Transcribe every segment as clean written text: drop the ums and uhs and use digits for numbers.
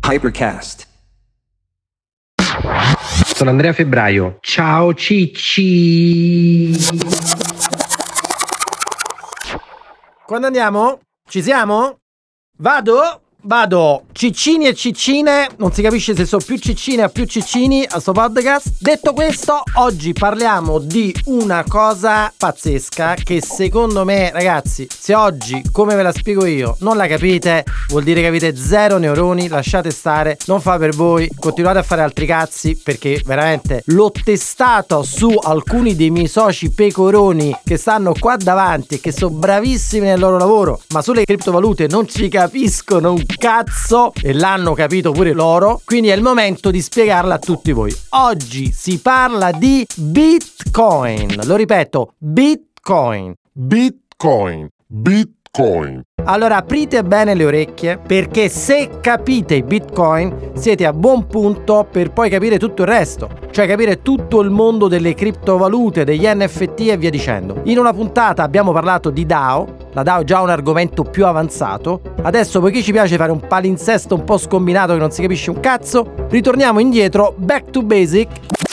Hypercast. Sono Andrea Febbraio. Ciao Cicci. Quando andiamo? Ci siamo? Vado. Ciccini e ciccine, non si capisce se sono più ciccine o più ciccini a sto podcast. Detto questo, oggi parliamo di una cosa pazzesca che secondo me, ragazzi, se oggi, come ve la spiego io, non la capite, vuol dire che avete zero neuroni, lasciate stare, non fa per voi, continuate a fare altri cazzi, perché veramente l'ho testato su alcuni dei miei soci pecoroni che stanno qua davanti e che sono bravissimi nel loro lavoro, ma sulle criptovalute non ci capiscono un cazzo e l'hanno capito pure loro, quindi è il momento di spiegarla a tutti voi. Oggi si parla di Bitcoin, lo ripeto, Bitcoin. Allora aprite bene le orecchie, perché se capite i Bitcoin siete a buon punto per poi capire tutto il resto, cioè capire tutto il mondo delle criptovalute, degli NFT e via dicendo. In una puntata abbiamo parlato di DAO. La DAO è già un argomento più avanzato. Adesso, poiché ci piace fare un palinsesto un po' scombinato che non si capisce un cazzo, ritorniamo indietro, back to basic,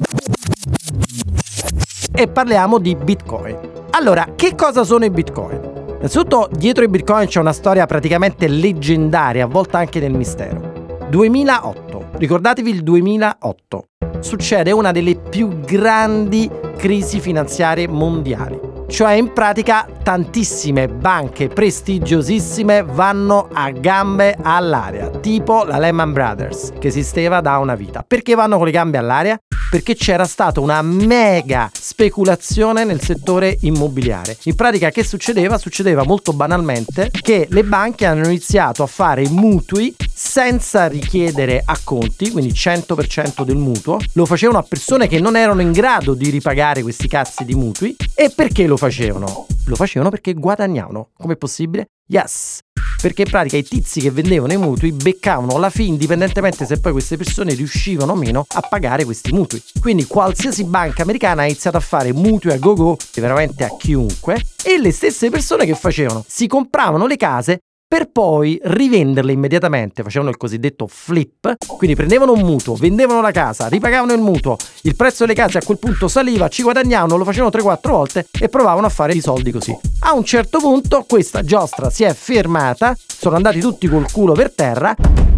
e parliamo di Bitcoin. Allora, che cosa sono i Bitcoin? Innanzitutto, dietro i Bitcoin c'è una storia praticamente leggendaria, avvolta anche nel mistero. 2008, ricordatevi il 2008. Succede una delle più grandi crisi finanziarie mondiali. Cioè, in pratica, tantissime banche prestigiosissime vanno a gambe all'aria, tipo la Lehman Brothers, che esisteva da una vita. Perché vanno con le gambe all'aria? Perché c'era stata una mega speculazione nel settore immobiliare. In pratica che succedeva? Succedeva molto banalmente che le banche hanno iniziato a fare mutui senza richiedere acconti, quindi 100% del mutuo. Lo facevano a persone che non erano in grado di ripagare questi cazzi di mutui. E perché lo facevano? Lo facevano perché guadagnavano. Com'è possibile? Yes! Perché in pratica i tizi che vendevano i mutui beccavano la fee indipendentemente se poi queste persone riuscivano o meno a pagare questi mutui. Quindi qualsiasi banca americana ha iniziato a fare mutui a go-go veramente a chiunque, e le stesse persone che facevano? Si compravano le case per poi rivenderle immediatamente, facevano il cosiddetto flip, quindi prendevano un mutuo, vendevano la casa, ripagavano il mutuo, il prezzo delle case a quel punto saliva, ci guadagnavano, lo facevano 3-4 volte e provavano a fare i soldi così. A un certo punto questa giostra si è fermata, sono andati tutti col culo per terra,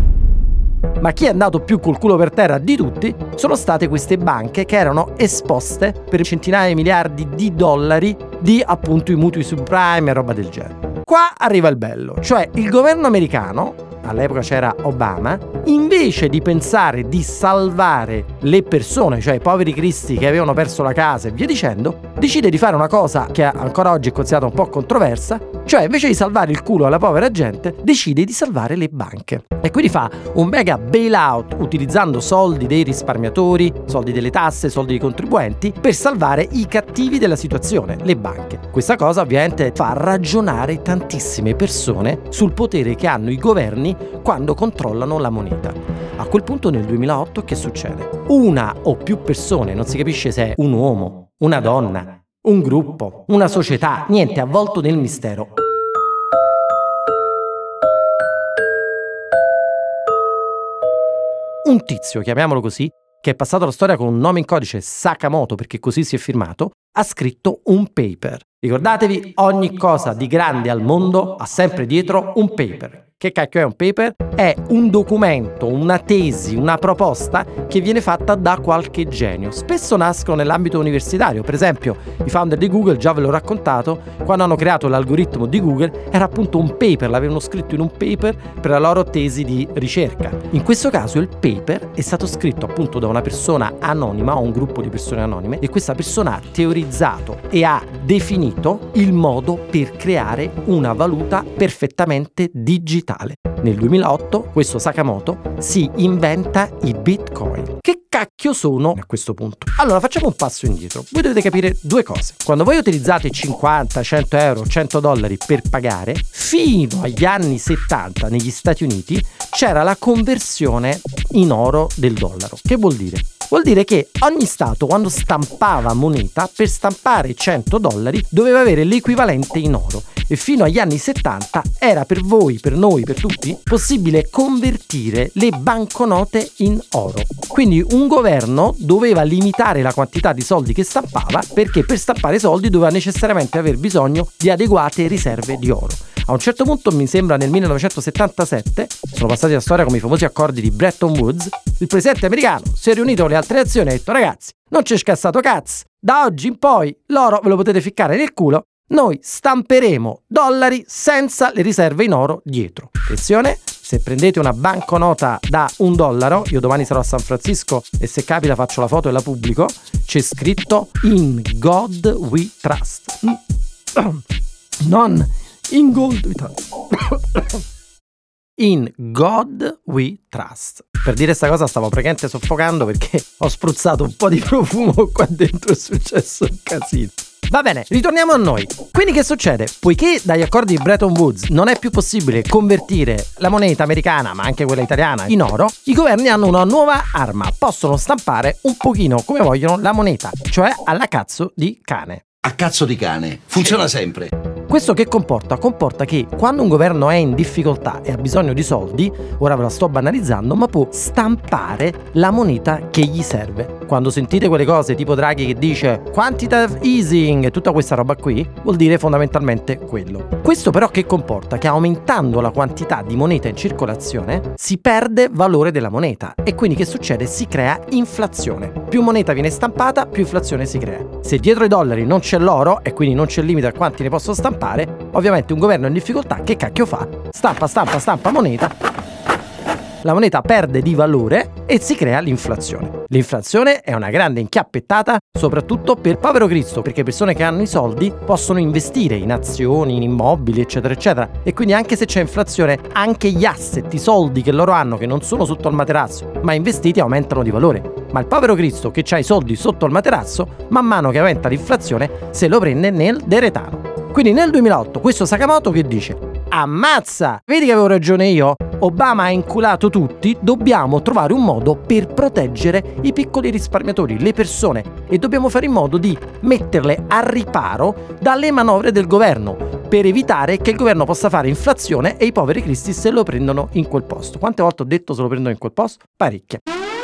ma chi è andato più col culo per terra di tutti sono state queste banche che erano esposte per centinaia di miliardi di dollari di appunto i mutui subprime e roba del genere. Qua arriva il bello, cioè il governo americano, all'epoca c'era Obama, invece di pensare di salvare le persone, cioè i poveri cristi che avevano perso la casa e via dicendo, decide di fare una cosa che ancora oggi è considerata un po' controversa, cioè invece di salvare il culo alla povera gente, decide di salvare le banche. E quindi fa un mega bailout utilizzando soldi dei risparmiatori, soldi delle tasse, soldi dei contribuenti, per salvare i cattivi della situazione, le banche. Questa cosa ovviamente fa ragionare tantissime persone sul potere che hanno i governi quando controllano la moneta. A quel punto nel 2008 che succede? Una o più persone, non si capisce se è un uomo, una donna, un gruppo, una società, niente, avvolto nel mistero. Un tizio, chiamiamolo così, che è passato alla storia con un nome in codice Sakamoto, perché così si è firmato, ha scritto un paper. Ricordatevi, ogni cosa di grande al mondo ha sempre dietro un paper. Che cacchio è un paper? È un documento, una tesi, una proposta che viene fatta da qualche genio. Spesso nascono nell'ambito universitario. Per esempio, i founder di Google, già ve l'ho raccontato, quando hanno creato l'algoritmo di Google, era appunto un paper, l'avevano scritto in un paper per la loro tesi di ricerca. In questo caso il paper è stato scritto appunto da una persona anonima o un gruppo di persone anonime, e questa persona ha teorizzato e ha definito il modo per creare una valuta perfettamente digitale. Nel 2008 questo Sakamoto si inventa i Bitcoin. Che cacchio sono a questo punto? Allora facciamo un passo indietro. Voi dovete capire due cose. Quando voi utilizzate 50, 100 euro, 100 dollari per pagare, fino agli anni 70 negli Stati Uniti c'era la conversione in oro del dollaro. Che vuol dire? Vuol dire che ogni stato, quando stampava moneta, per stampare $100 doveva avere l'equivalente in oro. E fino agli anni 70 era per voi, per noi, per tutti, possibile convertire le banconote in oro. Quindi un governo doveva limitare la quantità di soldi che stampava, perché per stampare soldi doveva necessariamente aver bisogno di adeguate riserve di oro. A un certo punto, mi sembra nel 1977, sono passati alla storia come i famosi accordi di Bretton Woods, il presidente americano si è riunito con le altre nazioni e ha detto: ragazzi, non c'è scassato cazzo, da oggi in poi l'oro ve lo potete ficcare nel culo, noi stamperemo dollari senza le riserve in oro dietro. Attenzione, se prendete una banconota da $1, io domani sarò a San Francisco e se capita faccio la foto e la pubblico, c'è scritto "In God We Trust", non "In Gold We Trust". In God We Trust. Per dire sta cosa stavo praticamente soffocando perché ho spruzzato un po' di profumo qua dentro, è successo un casino. Va bene, ritorniamo a noi. Quindi che succede? Poiché dagli accordi di Bretton Woods non è più possibile convertire la moneta americana, ma anche quella italiana, in oro, i governi hanno una nuova arma: possono stampare un pochino come vogliono la moneta, cioè alla cazzo di cane. A cazzo di cane, funziona sempre. Questo che comporta? Comporta che quando un governo è in difficoltà e ha bisogno di soldi, ora ve la sto banalizzando, ma può stampare la moneta che gli serve. Quando sentite quelle cose tipo Draghi che dice quantitative easing e tutta questa roba qui, vuol dire fondamentalmente quello. Questo però che comporta? Che aumentando la quantità di moneta in circolazione si perde valore della moneta e quindi che succede? Si crea inflazione. Più moneta viene stampata, più inflazione si crea. Se dietro i dollari non c'è l'oro e quindi non c'è il limite a quanti ne posso stampare, ovviamente un governo in difficoltà che cacchio fa? Stampa moneta, la moneta perde di valore e si crea l'inflazione. L'inflazione è una grande inchiappettata soprattutto per povero Cristo, perché persone che hanno i soldi possono investire in azioni, in immobili, eccetera eccetera, e quindi anche se c'è inflazione anche gli asset, i soldi che loro hanno che non sono sotto il materasso ma investiti aumentano di valore. Ma il povero Cristo che ha i soldi sotto il materasso, man mano che aumenta l'inflazione se lo prende nel deretano. Quindi nel 2008 questo Sakamoto che dice: ammazza, vedi che avevo ragione io? Obama ha inculato tutti, dobbiamo trovare un modo per proteggere i piccoli risparmiatori, le persone, e dobbiamo fare in modo di metterle a riparo dalle manovre del governo per evitare che il governo possa fare inflazione e i poveri cristi se lo prendono in quel posto. Quante volte ho detto se lo prendono in quel posto? Parecchie.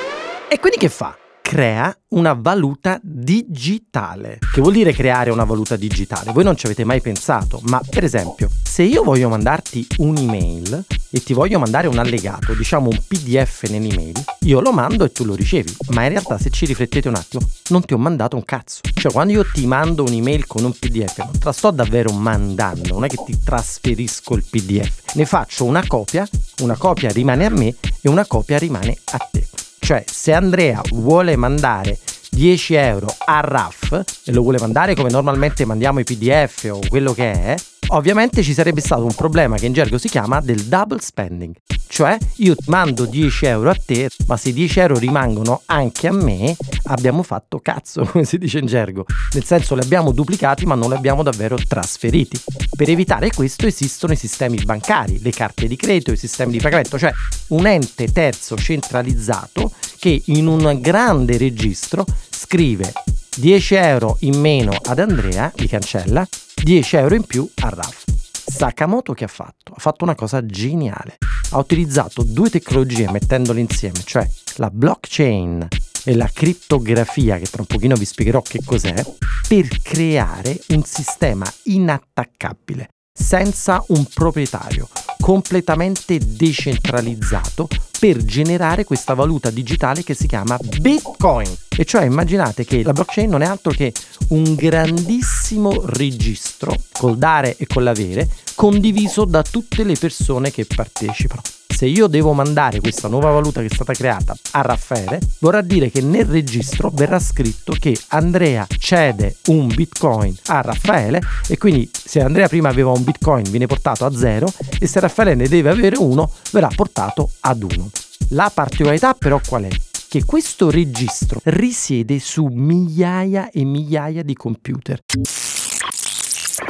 E quindi che fa? Crea una valuta digitale. Che vuol dire creare una valuta digitale? Voi non ci avete mai pensato, ma per esempio, se io voglio mandarti un'email e ti voglio mandare un allegato, diciamo un PDF nell'email, io lo mando e tu lo ricevi, ma in realtà se ci riflettete un attimo, non ti ho mandato un cazzo. Cioè quando io ti mando un'email con un PDF, non te la sto davvero mandando, non è che ti trasferisco il PDF, ne faccio una copia rimane a me e una copia rimane a te. Cioè, se Andrea vuole mandare 10 euro a RAF e lo vuole mandare come normalmente mandiamo i PDF o quello che è, ovviamente ci sarebbe stato un problema che in gergo si chiama del double spending. Cioè, io mando 10 euro a te, ma se 10 euro rimangono anche a me, abbiamo fatto cazzo, come si dice in gergo. Nel senso, li abbiamo duplicati, ma non li abbiamo davvero trasferiti. Per evitare questo esistono i sistemi bancari, le carte di credito, i sistemi di pagamento, cioè un ente terzo centralizzato che in un grande registro scrive 10 euro in meno ad Andrea, li cancella, 10 euro in più a Ralph. Sakamoto che ha fatto? Ha fatto una cosa geniale. Ha utilizzato due tecnologie mettendole insieme, cioè la blockchain e la crittografia, che tra un pochino vi spiegherò che cos'è, per creare un sistema inattaccabile, senza un proprietario, completamente decentralizzato, per generare questa valuta digitale che si chiama Bitcoin. E cioè immaginate che la blockchain non è altro che un grandissimo registro col dare e con l'avere condiviso da tutte le persone che partecipano. Se io devo mandare questa nuova valuta che è stata creata a Raffaele, vorrà dire che nel registro verrà scritto che Andrea cede un Bitcoin a Raffaele, e quindi se Andrea prima aveva un Bitcoin viene portato a 0, e se Raffaele ne deve avere 1 verrà portato ad 1. La particolarità però qual è? Che questo registro risiede su migliaia e migliaia di computer.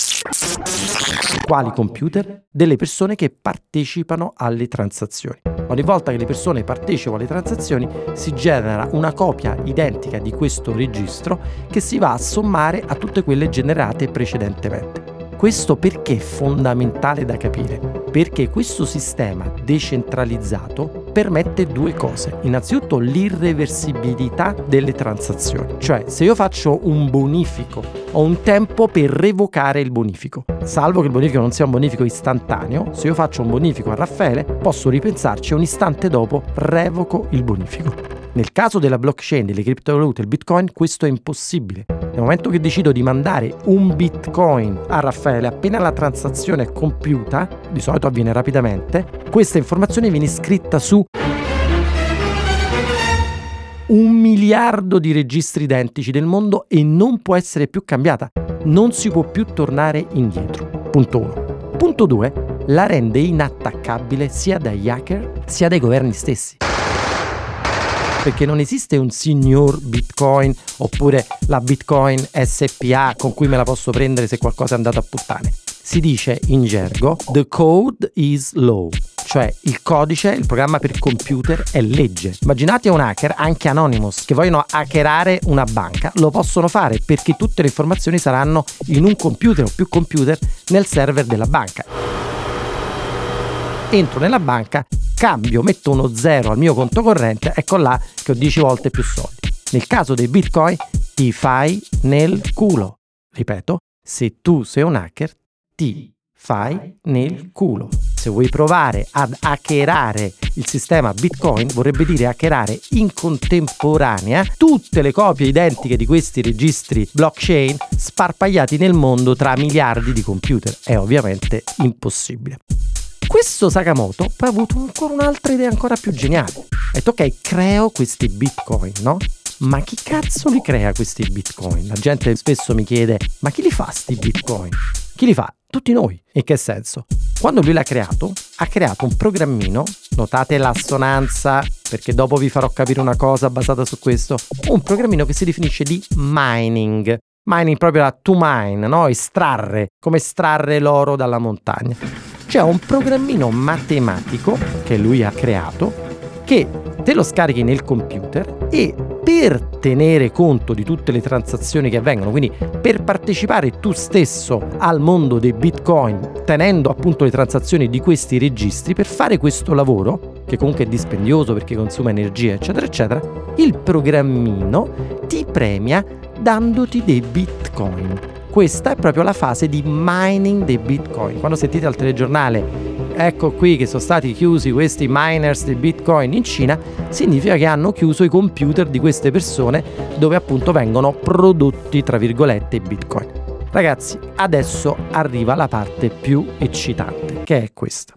Quali computer? Delle persone che partecipano alle transazioni. Ogni volta che le persone partecipano alle transazioni si genera una copia identica di questo registro che si va a sommare a tutte quelle generate precedentemente. Questo perché è fondamentale da capire? Perché questo sistema decentralizzato permette due cose. Innanzitutto l'irreversibilità delle transazioni, cioè se io faccio un bonifico ho un tempo per revocare il bonifico. Salvo che il bonifico non sia un bonifico istantaneo, se io faccio un bonifico a Raffaele posso ripensarci e un istante dopo revoco il bonifico. Nel caso della blockchain, delle criptovalute, il Bitcoin, questo è impossibile. Nel momento che decido di mandare un Bitcoin a Raffaele, appena la transazione è compiuta, di solito avviene rapidamente, questa informazione viene scritta su 1 miliardo di registri identici del mondo e non può essere più cambiata. Non si può più tornare indietro. Punto 1. Punto 2. La rende inattaccabile sia dagli hacker sia dai governi stessi. Perché non esiste un signor Bitcoin oppure la Bitcoin SPA con cui me la posso prendere se qualcosa è andato a puttane. Si dice in gergo the code is law, cioè il codice, il programma per computer è legge. Immaginate un hacker, anche Anonymous, che vogliono hackerare una banca, lo possono fare perché tutte le informazioni saranno in un computer o più computer nel server della banca. Entro nella banca, cambio, metto uno 0 al mio conto corrente, ecco là che ho 10 volte più soldi. Nel caso dei Bitcoin ti fai nel culo. Ripeto, se tu sei un hacker ti fai nel culo. Se vuoi provare ad hackerare il sistema Bitcoin, vorrebbe dire hackerare in contemporanea tutte le copie identiche di questi registri blockchain sparpagliati nel mondo tra miliardi di computer. È ovviamente impossibile. Questo Sakamoto poi ha avuto ancora un'altra idea ancora più geniale. Ha detto ok, creo questi Bitcoin, no? Ma chi cazzo li crea questi Bitcoin? La gente spesso mi chiede, ma chi li fa sti Bitcoin? Chi li fa? Tutti noi. In che senso? Quando lui l'ha creato, ha creato un programmino, notate l'assonanza, perché dopo vi farò capire una cosa basata su questo, un programmino che si definisce di mining. Mining proprio da to mine, no? Estrarre, come estrarre l'oro dalla montagna. C'è un programmino matematico che lui ha creato che te lo scarichi nel computer e per tenere conto di tutte le transazioni che avvengono, quindi per partecipare tu stesso al mondo dei Bitcoin, tenendo appunto le transazioni di questi registri, per fare questo lavoro, che comunque è dispendioso perché consuma energia, eccetera, eccetera, il programmino ti premia dandoti dei Bitcoin. Questa è proprio la fase di mining dei Bitcoin. Quando sentite al telegiornale ecco qui che sono stati chiusi questi miners di Bitcoin in Cina, significa che hanno chiuso i computer di queste persone dove appunto vengono prodotti, tra virgolette, i Bitcoin. Ragazzi, adesso arriva la parte più eccitante, che è questa.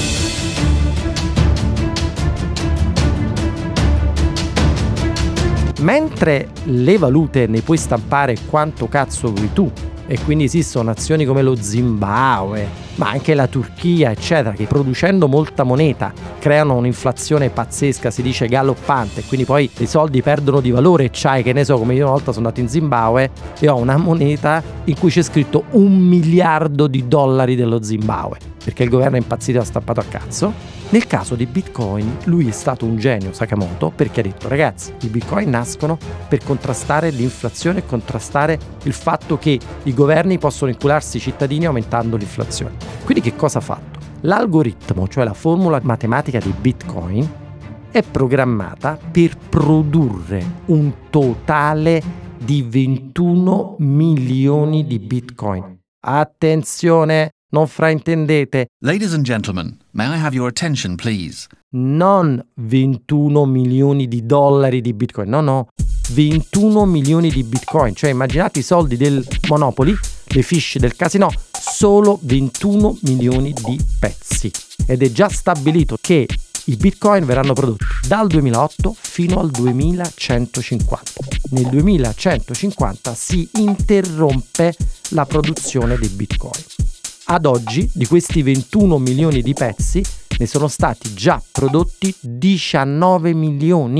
Mentre le valute ne puoi stampare quanto cazzo vuoi tu, e quindi esistono nazioni come lo Zimbabwe, ma anche la Turchia, eccetera, che producendo molta moneta creano un'inflazione pazzesca, si dice galoppante, quindi poi i soldi perdono di valore e c'hai, che ne so, come io una volta sono andato in Zimbabwe e ho una moneta in cui c'è scritto $1 miliardo dello Zimbabwe, perché il governo è impazzito e ha stampato a cazzo. Nel caso di Bitcoin, lui è stato un genio, Sakamoto, perché ha detto, ragazzi, i Bitcoin nascono per contrastare l'inflazione e contrastare il fatto che i governi possono incularsi i cittadini aumentando l'inflazione. Quindi che cosa ha fatto? L'algoritmo, cioè la formula matematica di Bitcoin, è programmata per produrre un totale di 21 milioni di Bitcoin. Attenzione! Non fraintendete. Ladies and gentlemen, may I have your attention, please? Non 21 milioni di dollari di Bitcoin, no, 21 milioni di Bitcoin. Cioè immaginate i soldi del Monopoly, le fiche del casino, solo 21 milioni di pezzi. Ed è già stabilito che i Bitcoin verranno prodotti dal 2008 fino al 2150. Nel 2150 si interrompe la produzione dei Bitcoin. Ad oggi, di questi 21 milioni di pezzi, ne sono stati già prodotti 19 milioni.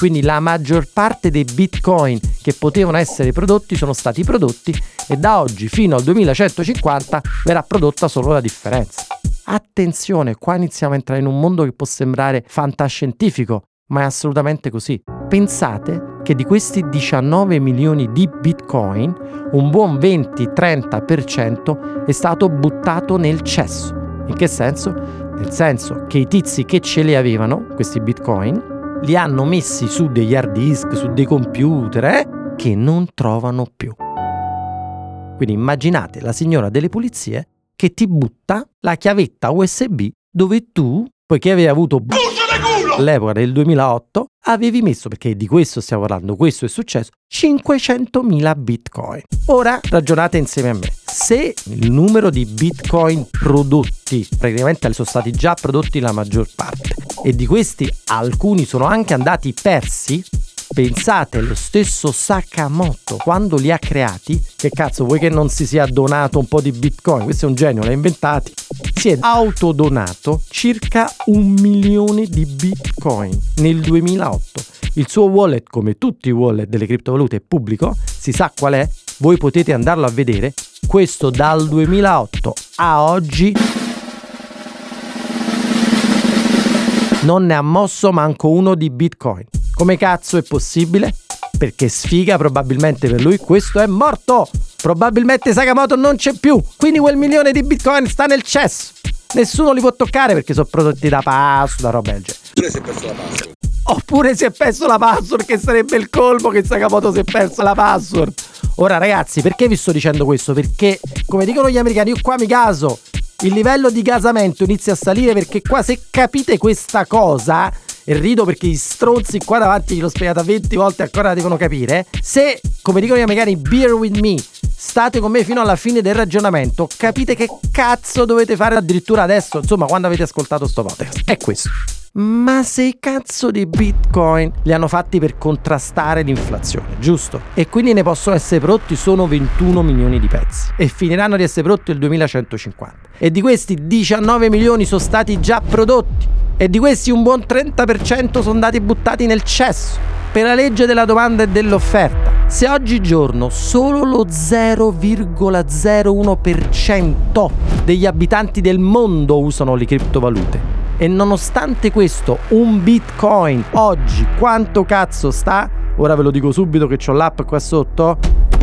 Quindi la maggior parte dei bitcoin che potevano essere prodotti sono stati prodotti e da oggi fino al 2150 verrà prodotta solo la differenza. Attenzione, qua iniziamo a entrare in un mondo che può sembrare fantascientifico, ma è assolutamente così. Pensate che di questi 19 milioni di bitcoin un buon 20-30% è stato buttato nel cesso. In che senso? Nel senso che i tizi che ce li avevano, questi bitcoin, li hanno messi su degli hard disk, su dei computer che non trovano più. Quindi immaginate la signora delle pulizie che ti butta la chiavetta USB dove tu, poiché avevi avuto all'epoca del 2008, avevi messo, perché di questo stiamo parlando, questo è successo, 500.000 bitcoin. Ora ragionate insieme a me. Se il numero di bitcoin prodotti, praticamente sono stati già prodotti la maggior parte, e di questi alcuni sono anche andati persi, pensate, lo stesso Sakamoto quando li ha creati, che cazzo vuoi che non si sia donato un po' di bitcoin? Questo è un genio, l'ha inventati. Si è autodonato circa 1 milione di bitcoin nel 2008. Il suo wallet, come tutti i wallet delle criptovalute, è pubblico, si sa qual è, voi potete andarlo a vedere. Questo dal 2008 a oggi non ne ha mosso manco uno di bitcoin. Come cazzo è possibile? Perché sfiga, probabilmente per lui questo è morto. Probabilmente Sakamoto non c'è più. Quindi quel milione di bitcoin sta nel cesso. Nessuno li può toccare perché sono prodotti da passo, da roba del genere. Oppure si è perso la password, che sarebbe il colmo che Sakamoto si è perso la password. Ora ragazzi, perché vi sto dicendo questo? Perché, come dicono gli americani, io qua mi caso. Il livello di gasamento inizia a salire, perché qua, se capite questa cosa, e rido perché gli stronzi qua davanti gliel'ho spiegata 20 volte, ancora la devono capire. Se, come dicono gli americani, bear with me, state con me fino alla fine del ragionamento, capite che cazzo dovete fare addirittura adesso, insomma, quando avete ascoltato sto podcast. È questo. Ma se i cazzo di bitcoin li hanno fatti per contrastare l'inflazione, giusto? E quindi ne possono essere prodotti solo 21 milioni di pezzi e finiranno di essere prodotti il 2150. E di questi 19 milioni sono stati già prodotti e di questi un buon 30% sono andati buttati nel cesso per la legge della domanda e dell'offerta. Se oggigiorno solo lo 0,01% degli abitanti del mondo usano le criptovalute, e nonostante questo un bitcoin oggi quanto cazzo sta? Ora ve lo dico subito che c'ho l'app qua sotto.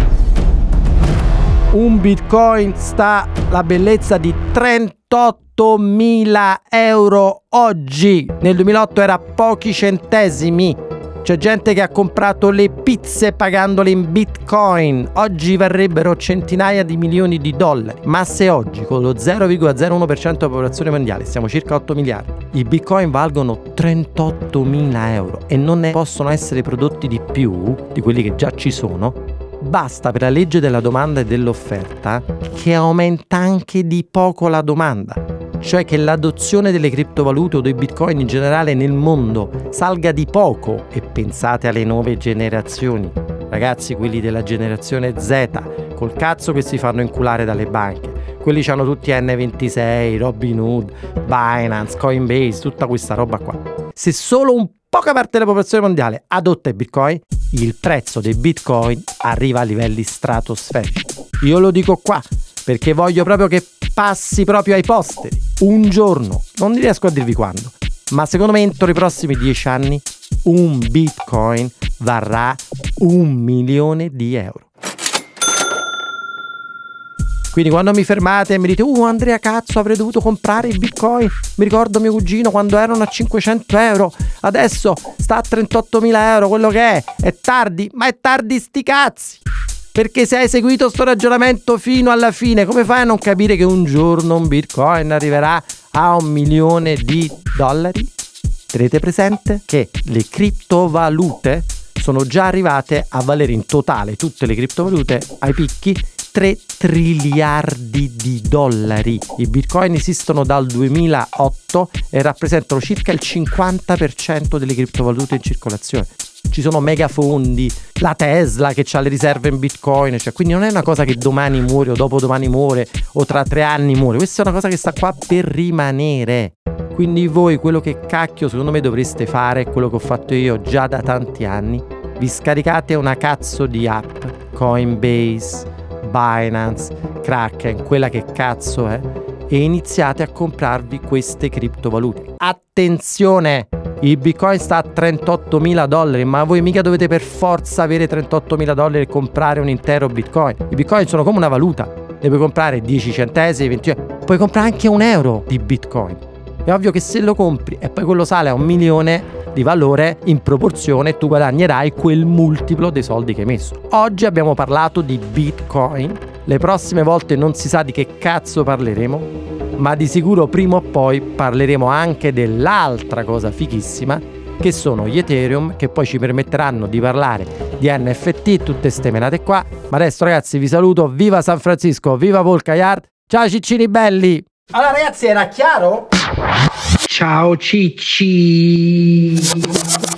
Un bitcoin sta la bellezza di 38.000 euro oggi. Nel 2008 era pochi centesimi. C'è gente che ha comprato le pizze pagandole in bitcoin. Oggi varrebbero centinaia di milioni di dollari. Ma se oggi, con lo 0,01% della popolazione mondiale, siamo circa 8 miliardi, i bitcoin valgono 38.000 euro e non ne possono essere prodotti di più di quelli che già ci sono, basta, per la legge della domanda e dell'offerta, che aumenta anche di poco la domanda. Cioè che l'adozione delle criptovalute o dei bitcoin in generale nel mondo salga di poco. E pensate alle nuove generazioni, ragazzi, quelli della generazione Z, col cazzo che si fanno inculare dalle banche. Quelli c'hanno tutti N26, Robinhood, Binance, Coinbase, tutta questa roba qua. Se solo un poca parte della popolazione mondiale adotta i bitcoin, il prezzo dei bitcoin arriva a livelli stratosferici. Io lo dico qua perché voglio proprio che passi proprio ai posteri. Un giorno, non riesco a dirvi quando, ma secondo me entro i prossimi 10 anni un bitcoin varrà 1 milione di euro. Quindi quando mi fermate e mi dite Andrea, cazzo, avrei dovuto comprare i bitcoin, mi ricordo mio cugino quando erano a 500 euro, adesso sta a 38.000 euro, quello che è tardi, ma è tardi sti cazzi. Perché se hai seguito sto ragionamento fino alla fine, come fai a non capire che un giorno un bitcoin arriverà a 1 milione di dollari? Tenete presente che le criptovalute sono già arrivate a valere in totale, tutte le criptovalute, ai picchi 3 triliardi di dollari. I bitcoin esistono dal 2008 e rappresentano circa il 50% delle criptovalute in circolazione. Ci sono megafondi, la Tesla che ha le riserve in bitcoin, cioè, quindi non è una cosa che domani muore o dopodomani muore o tra 3 anni muore, questa è una cosa che sta qua per rimanere. Quindi voi quello che cacchio secondo me dovreste fare, quello che ho fatto io già da tanti anni, vi scaricate una cazzo di app, Coinbase, Binance, Kraken, quella che cazzo è, e iniziate a comprarvi queste criptovalute. Attenzione, il Bitcoin sta a $38.000, ma voi mica dovete per forza avere $38.000 e comprare un intero Bitcoin. I Bitcoin sono come una valuta, ne puoi comprare 10 centesimi, 20, puoi comprare anche €1 di Bitcoin. È ovvio che se lo compri e poi quello sale a 1 milione di valore, in proporzione tu guadagnerai quel multiplo dei soldi che hai messo. Oggi abbiamo parlato di Bitcoin, le prossime volte non si sa di che cazzo parleremo, ma di sicuro prima o poi parleremo anche dell'altra cosa fighissima che sono gli Ethereum, che poi ci permetteranno di parlare di NFT, tutte ste menate qua. Ma adesso ragazzi vi saluto, viva San Francisco, viva Polka Yard, ciao ciccini belli! Allora ragazzi, era chiaro? Ciao cicci.